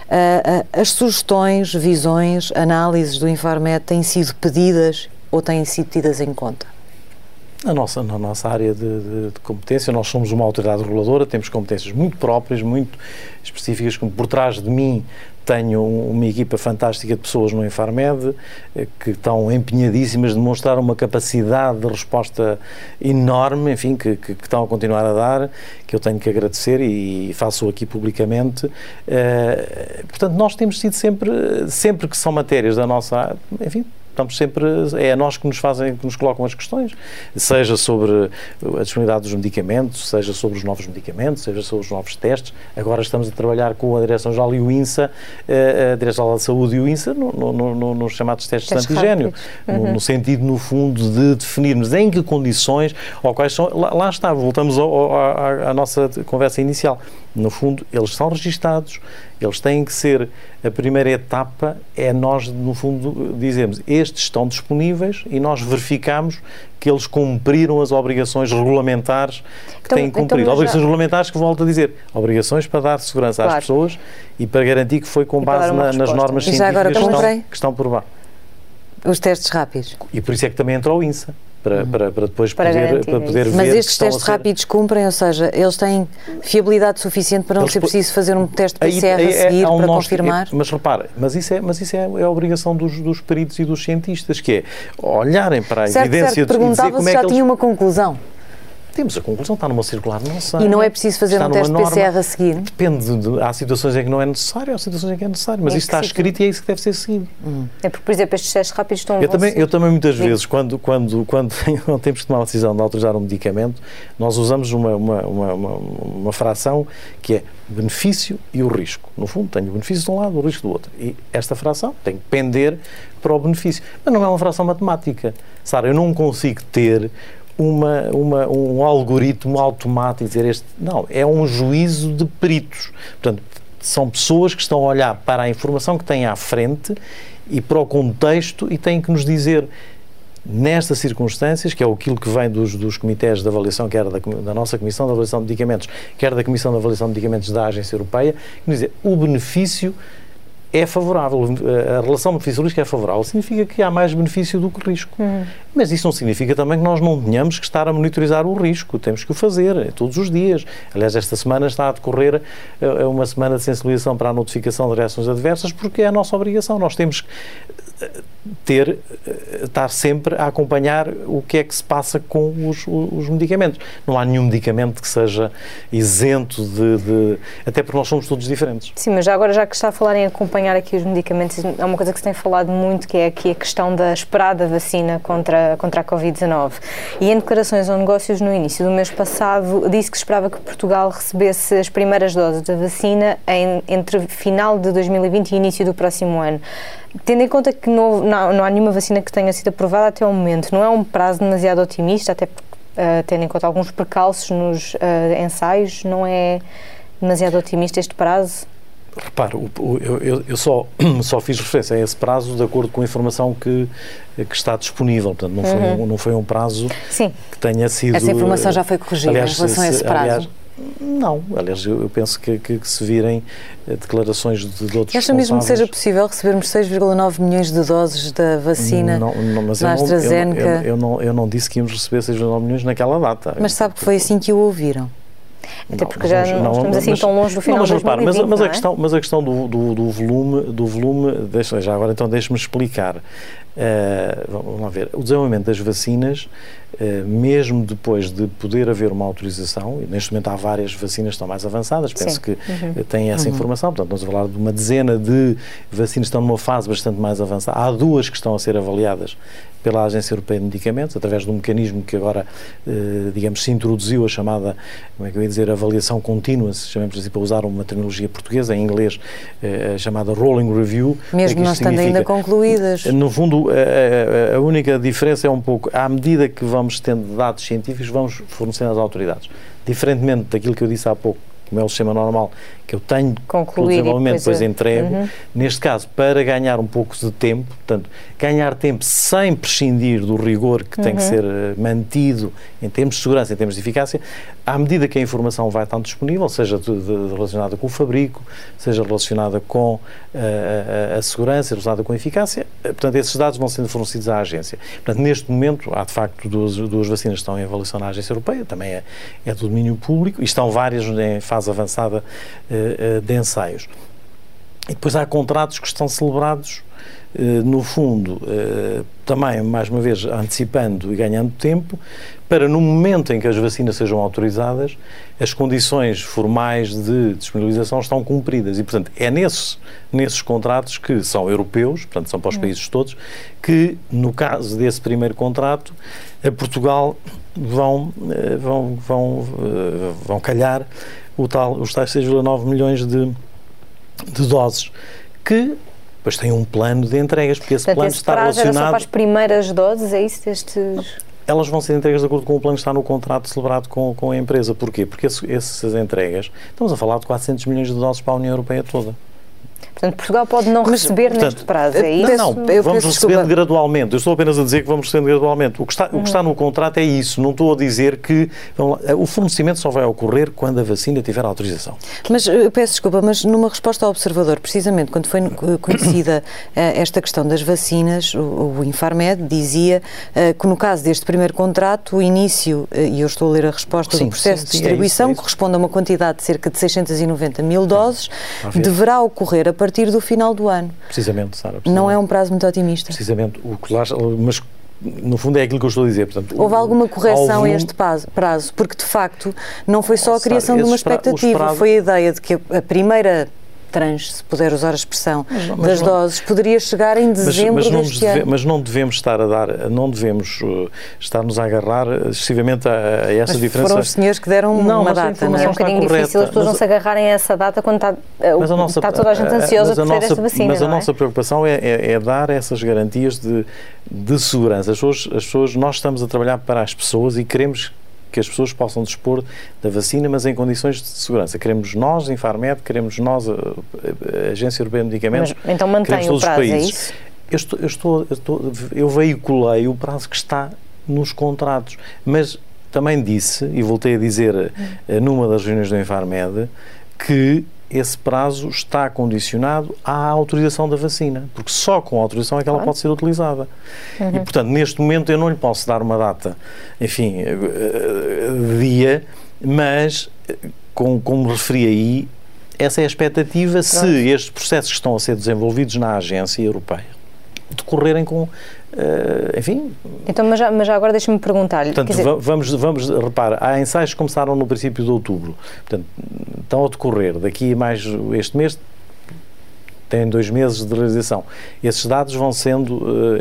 Speaker 1: As sugestões, visões, análises do Infarmed têm sido pedidas ou têm sido tidas em conta?
Speaker 3: Na nossa, na nossa área de, de, de competência, nós somos uma autoridade reguladora, temos competências muito próprias, muito específicas, como por trás de mim tenho uma equipa fantástica de pessoas no Infarmed que estão empenhadíssimas de demonstrar uma capacidade de resposta enorme, enfim, que, que, que estão a continuar a dar, que eu tenho que agradecer e faço aqui publicamente. Uh, portanto, nós temos sido sempre, sempre que são matérias da nossa, enfim, estamos sempre, é a nós que nos fazem, que nos colocam as questões, seja sobre a disponibilidade dos medicamentos, seja sobre os novos medicamentos, seja sobre os novos testes. Agora estamos a trabalhar com a Direção-Geral e o INSA, a Direção-Geral da Saúde e o INSA, no, no, no, nos chamados testes, testes de antigénio, uhum. no, no sentido, no fundo, de definirmos em que condições, ou quais são, lá, lá está, voltamos ao, ao, à, à nossa conversa inicial. No fundo, eles são registados, eles têm que ser, a primeira etapa é nós, no fundo, dizemos, estes estão disponíveis e nós verificamos que eles cumpriram as obrigações regulamentares que
Speaker 2: então,
Speaker 3: têm cumprido.
Speaker 2: Então,
Speaker 3: obrigações
Speaker 2: já...
Speaker 3: regulamentares que, volto a dizer, obrigações para dar segurança claro. às pessoas e para garantir que foi com e base na, nas normas científicas agora, que, estão, que estão por lá.
Speaker 1: Os testes rápidos.
Speaker 3: E por isso é que também entrou o INSA. Para,
Speaker 1: uhum.
Speaker 3: para, para depois
Speaker 2: para
Speaker 3: poder, para poder ver.
Speaker 1: Mas estes
Speaker 3: que
Speaker 1: testes
Speaker 3: ser...
Speaker 1: rápidos cumprem, ou seja, eles têm fiabilidade suficiente para não eles ser preciso fazer um teste P C R aí, aí, a seguir é, um para nós, confirmar?
Speaker 3: É, mas repara, mas isso é, mas isso é, é a obrigação dos, dos peritos e dos cientistas, que é olharem para a
Speaker 1: certo,
Speaker 3: evidência
Speaker 1: certo.
Speaker 3: e dizer como
Speaker 1: se
Speaker 3: é
Speaker 1: já
Speaker 3: que eles...
Speaker 1: tinha uma conclusão.
Speaker 3: Temos a conclusão, está numa circular, não sei.
Speaker 1: E não é preciso fazer um teste P C R a seguir?
Speaker 3: Depende, de, há situações em que não é necessário, há situações em que é necessário, mas é isso está escrito e é isso que deve ser seguido.
Speaker 2: Hum. É porque, por exemplo, estes testes rápidos estão...
Speaker 3: Eu também, eu também muitas Sim. vezes, quando, quando, quando temos que tomar a decisão de autorizar um medicamento, nós usamos uma, uma, uma, uma, uma fração que é benefício e o risco. No fundo, tenho o benefício de um lado, o risco do outro. E esta fração tem que pender para o benefício. Mas não é uma fração matemática. Sara, eu não consigo ter Uma, uma, um algoritmo automático dizer este... Não, é um juízo de peritos. Portanto, são pessoas que estão a olhar para a informação que têm à frente e para o contexto e têm que nos dizer, nestas circunstâncias, que é aquilo que vem dos, dos comitês de avaliação, quer da, da nossa Comissão de Avaliação de Medicamentos, quer da Comissão de Avaliação de Medicamentos da Agência Europeia, que nos dizer, o benefício é favorável, a relação benefício-risco é favorável, significa que há mais benefício do que risco. Hum. Mas isso não significa também que nós não tenhamos que estar a monitorizar o risco, temos que o fazer todos os dias. Aliás, esta semana está a decorrer uma semana de sensibilização para a notificação de reações adversas, porque é a nossa obrigação, nós temos que ter, estar sempre a acompanhar o que é que se passa com os, os medicamentos. Não há nenhum medicamento que seja isento de, de... Até porque nós somos todos diferentes.
Speaker 2: Sim, mas já agora, já que está a falar em acompanhar aqui os medicamentos, é uma coisa que se tem falado muito, que é aqui a questão da esperada vacina contra, contra a covid dezanove. E em declarações ao Negócios no início do mês passado, disse que esperava que Portugal recebesse as primeiras doses da vacina em, entre final de dois mil e vinte e início do próximo ano. Tendo em conta que não, não, não há nenhuma vacina que tenha sido aprovada até o momento, não é um prazo demasiado otimista, até porque, uh, tendo em conta alguns percalços nos uh, ensaios, não é, demasiado otimista este prazo?
Speaker 3: Repare, o, o, eu, eu só, só fiz referência a esse prazo de acordo com a informação que, que está disponível. Portanto, não foi, uhum. um, não foi um prazo Sim. que tenha sido...
Speaker 1: Essa informação já foi corrigida aliás, em relação se, a esse prazo?
Speaker 3: Aliás, não. Aliás, eu, eu penso que, que, que se virem declarações de, de outros
Speaker 1: responsáveis... Acha mesmo que seja possível recebermos seis vírgula nove milhões de doses da vacina
Speaker 3: não, não, mas
Speaker 1: da AstraZeneca?
Speaker 3: Eu, eu, eu, não, eu não disse que íamos receber seis vírgula nove milhões naquela data.
Speaker 1: Mas sabe que foi assim que o ouviram?
Speaker 2: Até porque não, já não, não estamos assim mas, tão longe do final
Speaker 3: não, mas,
Speaker 2: de dois mil e vinte,
Speaker 3: mas, mas,
Speaker 2: não
Speaker 3: a questão, mas a questão do, do, do volume, do volume deixa, já agora então deixe-me explicar. Uh, vamos lá ver. O desenvolvimento das vacinas, uh, mesmo depois de poder haver uma autorização, e neste momento há várias vacinas que estão mais avançadas, penso Sim. que uhum. têm essa uhum. informação, portanto, estamos a falar de uma dezena de vacinas que estão numa fase bastante mais avançada. Há duas que estão a ser avaliadas pela Agência Europeia de Medicamentos, através de um mecanismo que agora, uh, digamos, se introduziu, a chamada, como é que eu ia dizer, avaliação contínua, se chamamos assim, para usar uma terminologia portuguesa, em inglês, uh, a chamada Rolling Review.
Speaker 1: Mesmo não estando ainda concluídas.
Speaker 3: No fundo, a, a, a única diferença é um pouco, à medida que vamos tendo dados científicos, vamos fornecendo às autoridades. Diferentemente daquilo que eu disse há pouco, como é o sistema normal, que eu tenho
Speaker 2: concluído
Speaker 3: o desenvolvimento, depois, depois entrego,
Speaker 2: uhum.
Speaker 3: neste caso, para ganhar um pouco de tempo, portanto, ganhar tempo sem prescindir do rigor que uhum. tem que ser mantido em termos de segurança, em termos de eficácia, à medida que a informação vai estar disponível, seja de, de, relacionada com o fabrico, seja relacionada com uh, a, a segurança, relacionada com a eficácia, portanto, esses dados vão sendo fornecidos à agência. Portanto, neste momento, há de facto duas, duas vacinas que estão em avaliação na agência europeia, também é, é do domínio público, e estão várias em fase avançada uh, uh, de ensaios. E depois há contratos que estão celebrados, uh, no fundo, uh, também, mais uma vez, antecipando e ganhando tempo, para no momento em que as vacinas sejam autorizadas, as condições formais de disponibilização estão cumpridas. E, portanto, é nesses, nesses contratos que são europeus, portanto, são para os países todos, que, no caso desse primeiro contrato, a Portugal vão, uh, vão, vão, uh, vão calhar o tal, os tais seis vírgula nove milhões de, de doses, que depois tem um plano de entregas, porque esse
Speaker 2: Portanto,
Speaker 3: plano
Speaker 2: esse
Speaker 3: está
Speaker 2: prazo
Speaker 3: relacionado...
Speaker 2: era só para as primeiras doses, é isso? Destes...
Speaker 3: Elas vão ser entregas de acordo com o plano que está no contrato celebrado com, com a empresa. Porquê? Porque esse, essas entregas, estamos a falar de quatrocentos milhões de doses para a União Europeia toda.
Speaker 2: Portanto, Portugal pode não
Speaker 3: Mas,
Speaker 2: receber
Speaker 3: portanto,
Speaker 2: neste prazo, é isso?
Speaker 3: Não, não,
Speaker 1: eu
Speaker 3: vamos
Speaker 1: peço
Speaker 3: recebendo
Speaker 1: desculpa.
Speaker 3: gradualmente. Eu estou apenas a dizer que vamos recebendo gradualmente. O que está, uhum. o que está no contrato é isso. Não estou a dizer que vamos lá, o fornecimento só vai ocorrer quando a vacina tiver autorização.
Speaker 1: Mas, eu peço desculpa, mas numa resposta ao observador, precisamente quando foi conhecida esta questão das vacinas, o, o Infarmed dizia uh, que no caso deste primeiro contrato, o início, uh, e eu estou a ler a resposta
Speaker 3: sim,
Speaker 1: do processo
Speaker 3: sim,
Speaker 1: de
Speaker 3: sim,
Speaker 1: distribuição,
Speaker 3: é isso, é isso.
Speaker 1: corresponde a uma quantidade de cerca de seiscentos e noventa mil doses, deverá ocorrer a partir do final do ano.
Speaker 3: Precisamente, Sara.
Speaker 1: Não é um prazo muito otimista.
Speaker 3: Precisamente. O que lá, mas, no fundo, é aquilo que eu estou a dizer. Portanto,
Speaker 1: houve alguma correção
Speaker 3: volume...
Speaker 1: a este prazo? Porque, de facto, não foi só a criação
Speaker 3: Sara,
Speaker 1: de uma expectativa,
Speaker 3: prazos...
Speaker 1: foi a ideia de que a primeira tranche, se puder usar a expressão, mas não, mas das não, doses, poderia chegar em dezembro
Speaker 3: mas, mas
Speaker 1: deste
Speaker 3: deve,
Speaker 1: ano.
Speaker 3: Mas não devemos estar a dar, não devemos uh, estar-nos a agarrar excessivamente a, a essa
Speaker 1: mas
Speaker 3: diferença.
Speaker 1: Foram os senhores que deram não, uma data.
Speaker 2: Não, é um bocadinho difícil as pessoas não se agarrarem a essa data quando está, uh, a nossa, está toda a gente ansiosa por ter esta vacina.
Speaker 3: Mas a
Speaker 2: não
Speaker 3: nossa
Speaker 2: é?
Speaker 3: preocupação é, é, é dar essas garantias de, de segurança. As pessoas, as pessoas, nós estamos a trabalhar para as pessoas e queremos que as pessoas possam dispor da vacina, mas em condições de segurança. Queremos nós, Infarmed, queremos nós, a, a Agência Europeia de Medicamentos,
Speaker 2: mas, então mantém o prazo, é isso?
Speaker 3: Eu, estou, eu, estou, eu, estou, eu veiculei o prazo que está nos contratos, mas também disse, e voltei a dizer hum. numa das reuniões do Infarmed, que esse prazo está condicionado à autorização da vacina, porque só com a autorização é que ela claro. Pode ser utilizada. Uhum. E, portanto, neste momento eu não lhe posso dar uma data, enfim, de dia, mas, como, como referi aí, essa é a expectativa Pronto. Se estes processos que estão a ser desenvolvidos na Agência Europeia decorrerem com, uh, enfim...
Speaker 2: Então, mas já, mas já agora deixa-me perguntar-lhe...
Speaker 3: Portanto, dizer... vamos, vamos, repara, há ensaios que começaram no princípio de outubro, portanto, estão a decorrer, daqui a mais este mês tem dois meses de realização. Esses dados vão sendo uh,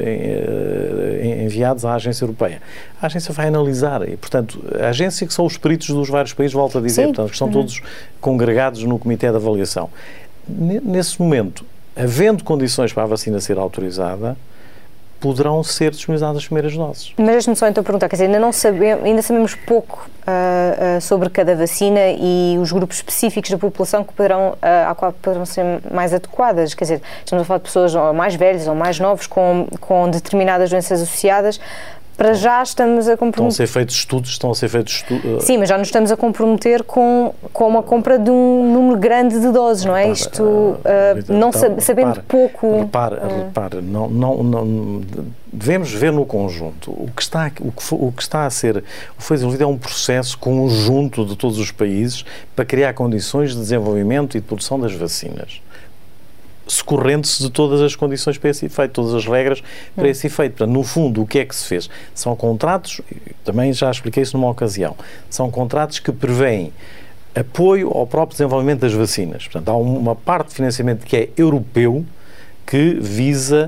Speaker 3: enviados à Agência Europeia. A agência vai analisar e, portanto, a agência que são os peritos dos vários países, volto a dizer, portanto, que estão uhum. todos congregados no Comitê de Avaliação. Nesse momento, havendo condições para a vacina ser autorizada, poderão ser disponibilizadas as primeiras doses.
Speaker 2: Mas deixe-me só então perguntar, quer dizer, ainda não sabemos, ainda sabemos pouco uh, uh, sobre cada vacina e os grupos específicos da população que poderão, uh, à qual poderão ser mais adequadas, quer dizer, estamos a falar de pessoas ou mais velhas ou mais novos com, com determinadas doenças associadas. Para já estamos a comprometer...
Speaker 3: Estão a ser feitos estudos, estão a ser feitos estudos...
Speaker 2: Sim, mas já nos estamos a comprometer com, com uma compra de um número grande de doses, não é?
Speaker 3: Repara,
Speaker 2: Isto, uh, não
Speaker 3: então,
Speaker 2: sab- sabendo
Speaker 3: repara,
Speaker 2: pouco...
Speaker 3: Repara, uh, repara não, não, não, devemos ver no conjunto. O que está, o que foi, o que está a ser... O que foi desenvolvido é um processo conjunto de todos os países para criar condições de desenvolvimento e de produção das vacinas, secorrendo-se de todas as condições para esse efeito, todas as regras para esse efeito. Portanto, no fundo, o que é que se fez? São contratos, também já expliquei isso numa ocasião, são contratos que prevêem apoio ao próprio desenvolvimento das vacinas. Portanto, há uma parte de financiamento que é europeu, que visa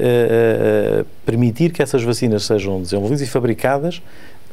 Speaker 3: uh, uh, permitir que essas vacinas sejam desenvolvidas e fabricadas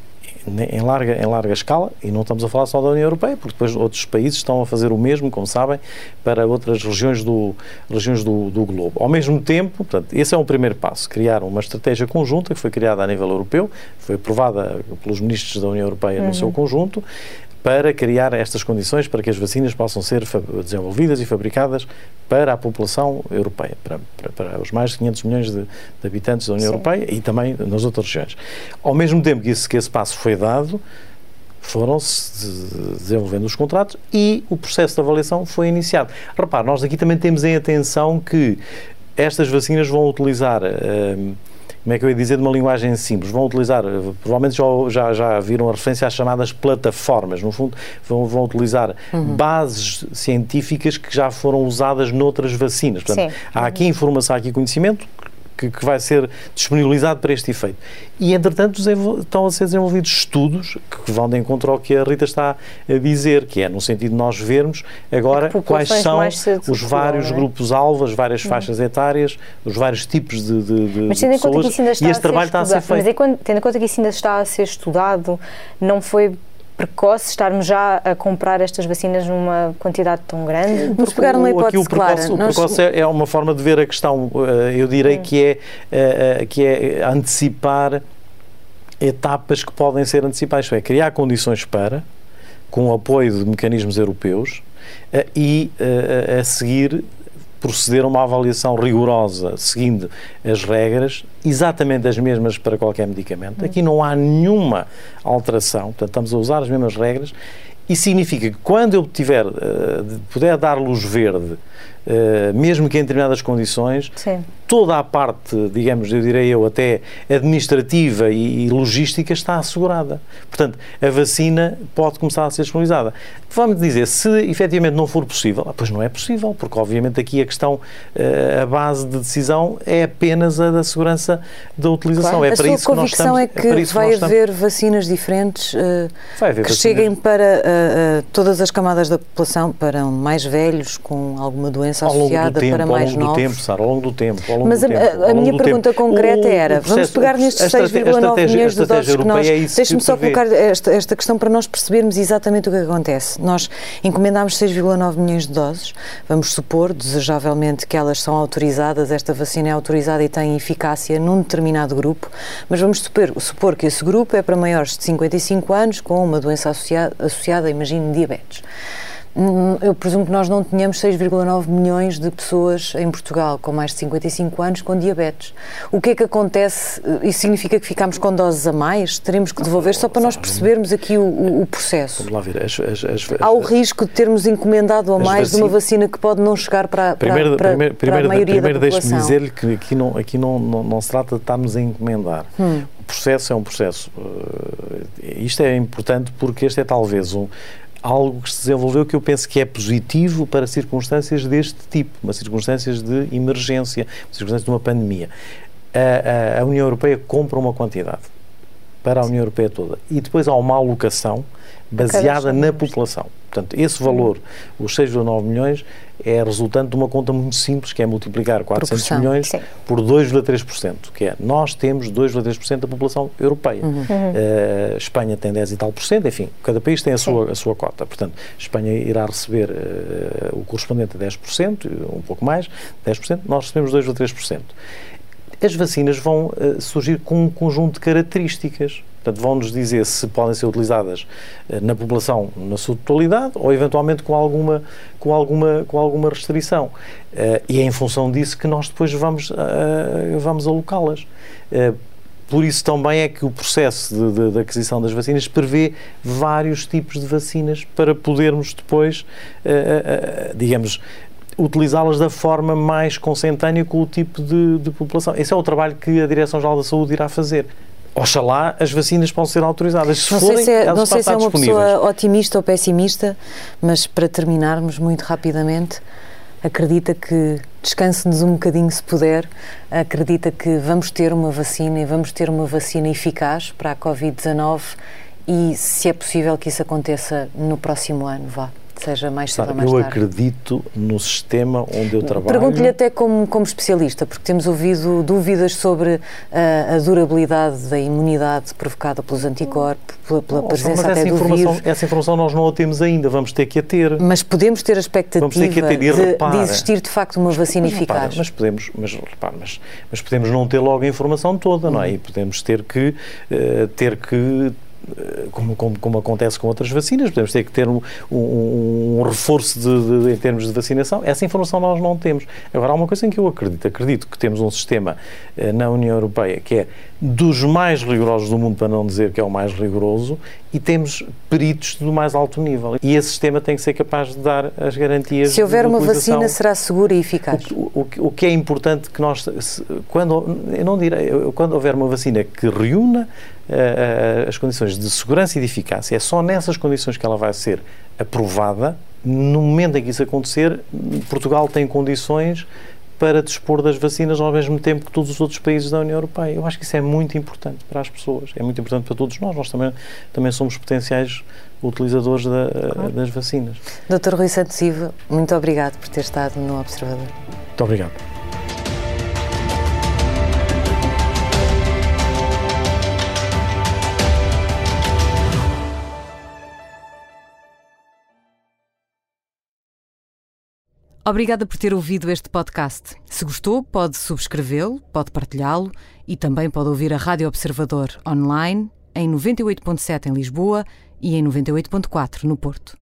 Speaker 3: em larga, em larga escala, e não estamos a falar só da União Europeia, porque depois outros países estão a fazer o mesmo, como sabem, para outras regiões do, regiões do, do globo. Ao mesmo tempo, portanto, esse é um primeiro passo, criar uma estratégia conjunta que foi criada a nível europeu, foi aprovada pelos ministros da União Europeia uhum. no seu conjunto, para criar estas condições para que as vacinas possam ser desenvolvidas e fabricadas para a população europeia, para, para, para os mais de quinhentos milhões de, de habitantes da União Sim. Europeia e também nas outras regiões. Ao mesmo tempo que esse, que esse passo foi dado, foram-se desenvolvendo os contratos e o processo de avaliação foi iniciado. Repare, nós aqui também temos em atenção que estas vacinas vão utilizar... Hum, como é que eu ia dizer de uma linguagem simples, vão utilizar, provavelmente já, já, já viram a referência às chamadas plataformas, no fundo vão, vão utilizar uhum. bases científicas que já foram usadas noutras vacinas. Portanto, Sim. há aqui informação, há aqui conhecimento que, que vai ser disponibilizado para este efeito. E, entretanto, estão a ser desenvolvidos estudos que vão de encontro ao que a Rita está a dizer, que é no sentido de nós vermos agora quais são os vários grupos-alvo, as várias uhum. faixas etárias, os vários tipos de, de, de
Speaker 2: mas tendo em conta que isso ainda está
Speaker 3: e este trabalho está a ser feito.
Speaker 2: Mas é, tendo em conta que isso ainda está a ser estudado, não foi precoce estarmos já a comprar estas vacinas numa quantidade tão grande?
Speaker 1: Vamos pegar uma hipótese
Speaker 3: aqui o precoce,
Speaker 1: clara.
Speaker 3: O precoce Nós... é uma forma de ver a questão, eu direi hum. que, é, que é antecipar etapas que podem ser antecipadas, isto é, criar condições para, com o apoio de mecanismos europeus, e a seguir proceder a uma avaliação rigorosa, seguindo as regras, exatamente as mesmas para qualquer medicamento. Aqui não há nenhuma alteração, portanto, estamos a usar as mesmas regras, e significa que quando eu tiver, uh, puder dar luz verde, uh, mesmo que em determinadas condições, Sim. toda a parte, digamos, eu direi eu, até administrativa e, e logística está assegurada. Portanto, a vacina pode começar a ser disponibilizada. Vamos dizer, se efetivamente não for possível, ah, pois não é possível, porque obviamente aqui a questão, uh, a base de decisão é apenas a da segurança da utilização.
Speaker 1: Claro.
Speaker 3: É para isso que nós estamos.
Speaker 1: A sua convicção é que, é vai que haver estamos... vacinas diferentes uh, vai haver que vacinas... cheguem para uh, uh, todas as camadas da população, para mais velhos, com alguma doença associada,
Speaker 3: tempo,
Speaker 1: para mais novos?
Speaker 3: Ao longo do tempo, Sara, ao longo do tempo. Ao longo
Speaker 1: Mas
Speaker 3: do
Speaker 1: a,
Speaker 3: tempo,
Speaker 1: a, a minha pergunta
Speaker 3: tempo.
Speaker 1: concreta
Speaker 3: o,
Speaker 1: era,
Speaker 3: o processo,
Speaker 1: vamos pegar nestes seis vírgula nove milhões de doses que nós...
Speaker 3: É
Speaker 1: Deixe-me só colocar esta, esta questão para nós percebermos exatamente o que acontece. Nós encomendámos seis vírgula nove milhões de doses, vamos supor, desejavelmente, que elas são autorizadas, esta vacina é autorizada e tem eficácia num determinado grupo, mas vamos supor, supor que esse grupo é para maiores de cinquenta e cinco anos com uma doença associada, associada imagine, diabetes. Eu presumo que nós não tenhamos seis vírgula nove milhões de pessoas em Portugal com mais de cinquenta e cinco anos com diabetes. O que é que acontece? Isso significa que ficamos com doses a mais? Teremos que devolver só para nós percebermos aqui o, o, o processo.
Speaker 3: Vamos lá ver. As, as, as,
Speaker 1: Há o risco de termos encomendado a mais de uma vacina que pode não chegar para, para,
Speaker 3: primeiro,
Speaker 1: para,
Speaker 3: primeiro,
Speaker 1: para a maioria
Speaker 3: primeiro
Speaker 1: da população.
Speaker 3: Deixe-me dizer-lhe que aqui, não, aqui não, não, não se trata de estarmos a encomendar. Hum. O processo é um processo. Uh, isto é importante porque este é talvez um algo que se desenvolveu que eu penso que é positivo para circunstâncias deste tipo, uma circunstâncias de emergência, circunstâncias de uma pandemia. A, a, a União Europeia compra uma quantidade para a União Europeia toda e depois há uma alocação baseada na população. Portanto, esse valor, os seis vírgula nove milhões, é resultante de uma conta muito simples, que é multiplicar quatrocentos
Speaker 1: Proporção.
Speaker 3: milhões
Speaker 2: Sim.
Speaker 3: por dois vírgula três por cento, que é, nós temos dois vírgula três por cento da população europeia. Uhum. Uh, Espanha tem dez e tal por cento, enfim, cada país tem a sua, a sua cota. Portanto, Espanha irá receber uh, o correspondente a dez por cento, um pouco mais, dez por cento, nós recebemos dois vírgula três por cento. As vacinas vão uh, surgir com um conjunto de características. Portanto, vão-nos dizer se podem ser utilizadas uh, na população na sua totalidade ou, eventualmente, com alguma, com alguma, com alguma restrição. Uh, e é em função disso que nós depois vamos, uh, vamos alocá-las. Uh, Por isso também é que o processo de, de, de aquisição das vacinas prevê vários tipos de vacinas para podermos depois, uh, uh, digamos, utilizá-las da forma mais consentânea com o tipo de, de população. Esse é o trabalho que a Direção-Geral da Saúde irá fazer. Oxalá as vacinas possam ser autorizadas. Se
Speaker 1: não
Speaker 3: forem,
Speaker 1: sei se é,
Speaker 3: elas
Speaker 1: não sei se é uma
Speaker 3: disponíveis.
Speaker 1: pessoa otimista ou pessimista, mas para terminarmos muito rapidamente, acredita que, descanse-nos um bocadinho se puder, acredita que vamos ter uma vacina e vamos ter uma vacina eficaz para a covid dezanove e se é possível que isso aconteça no próximo ano, vá, seja mais cedo ou mais
Speaker 3: eu
Speaker 1: tarde.
Speaker 3: acredito no sistema onde eu trabalho.
Speaker 1: Pergunto-lhe até como, como especialista, porque temos ouvido dúvidas sobre uh, a durabilidade da imunidade provocada pelos anticorpos, pela, pela presença
Speaker 3: mas
Speaker 1: até
Speaker 3: essa
Speaker 1: do
Speaker 3: informação,
Speaker 1: vírus.
Speaker 3: essa informação nós não a temos ainda, vamos ter que a ter.
Speaker 1: Mas podemos ter a expectativa
Speaker 3: Vamos ter que a ter. E
Speaker 1: de,
Speaker 3: repara,
Speaker 1: de existir de facto uma vacina
Speaker 3: mas,
Speaker 1: eficaz.
Speaker 3: Repara, mas podemos, mas, repara, mas, mas podemos não ter logo a informação toda, hum. não é? E podemos ter que uh, ter que Como, como, como acontece com outras vacinas, podemos ter que ter um, um, um reforço de, de, em termos de vacinação. Essa informação nós não temos. Agora, há uma coisa em que eu acredito. Acredito que temos um sistema eh, na União Europeia que é dos mais rigorosos do mundo, para não dizer que é o mais rigoroso, e temos peritos do mais alto nível. E esse sistema tem que ser capaz de dar as garantias.
Speaker 1: Se houver
Speaker 3: de
Speaker 1: uma
Speaker 3: utilização.
Speaker 1: vacina, será segura e eficaz?
Speaker 3: O, o, o que é importante que nós, quando, eu não direi, quando houver uma vacina que reúna uh, as condições de segurança e de eficácia, é só nessas condições que ela vai ser aprovada. No momento em que isso acontecer, Portugal tem condições para dispor das vacinas ao mesmo tempo que todos os outros países da União Europeia. Eu acho que isso é muito importante para as pessoas, é muito importante para todos nós. Nós também, também somos potenciais utilizadores da, claro. das vacinas.
Speaker 1: doutor Rui Santos Ivo, muito obrigado por ter estado no Observador.
Speaker 3: Muito obrigado.
Speaker 4: Obrigada por ter ouvido este podcast. Se gostou, pode subscrevê-lo, pode partilhá-lo e também pode ouvir a Rádio Observador online em noventa e oito ponto sete em Lisboa e em noventa e oito ponto quatro no Porto.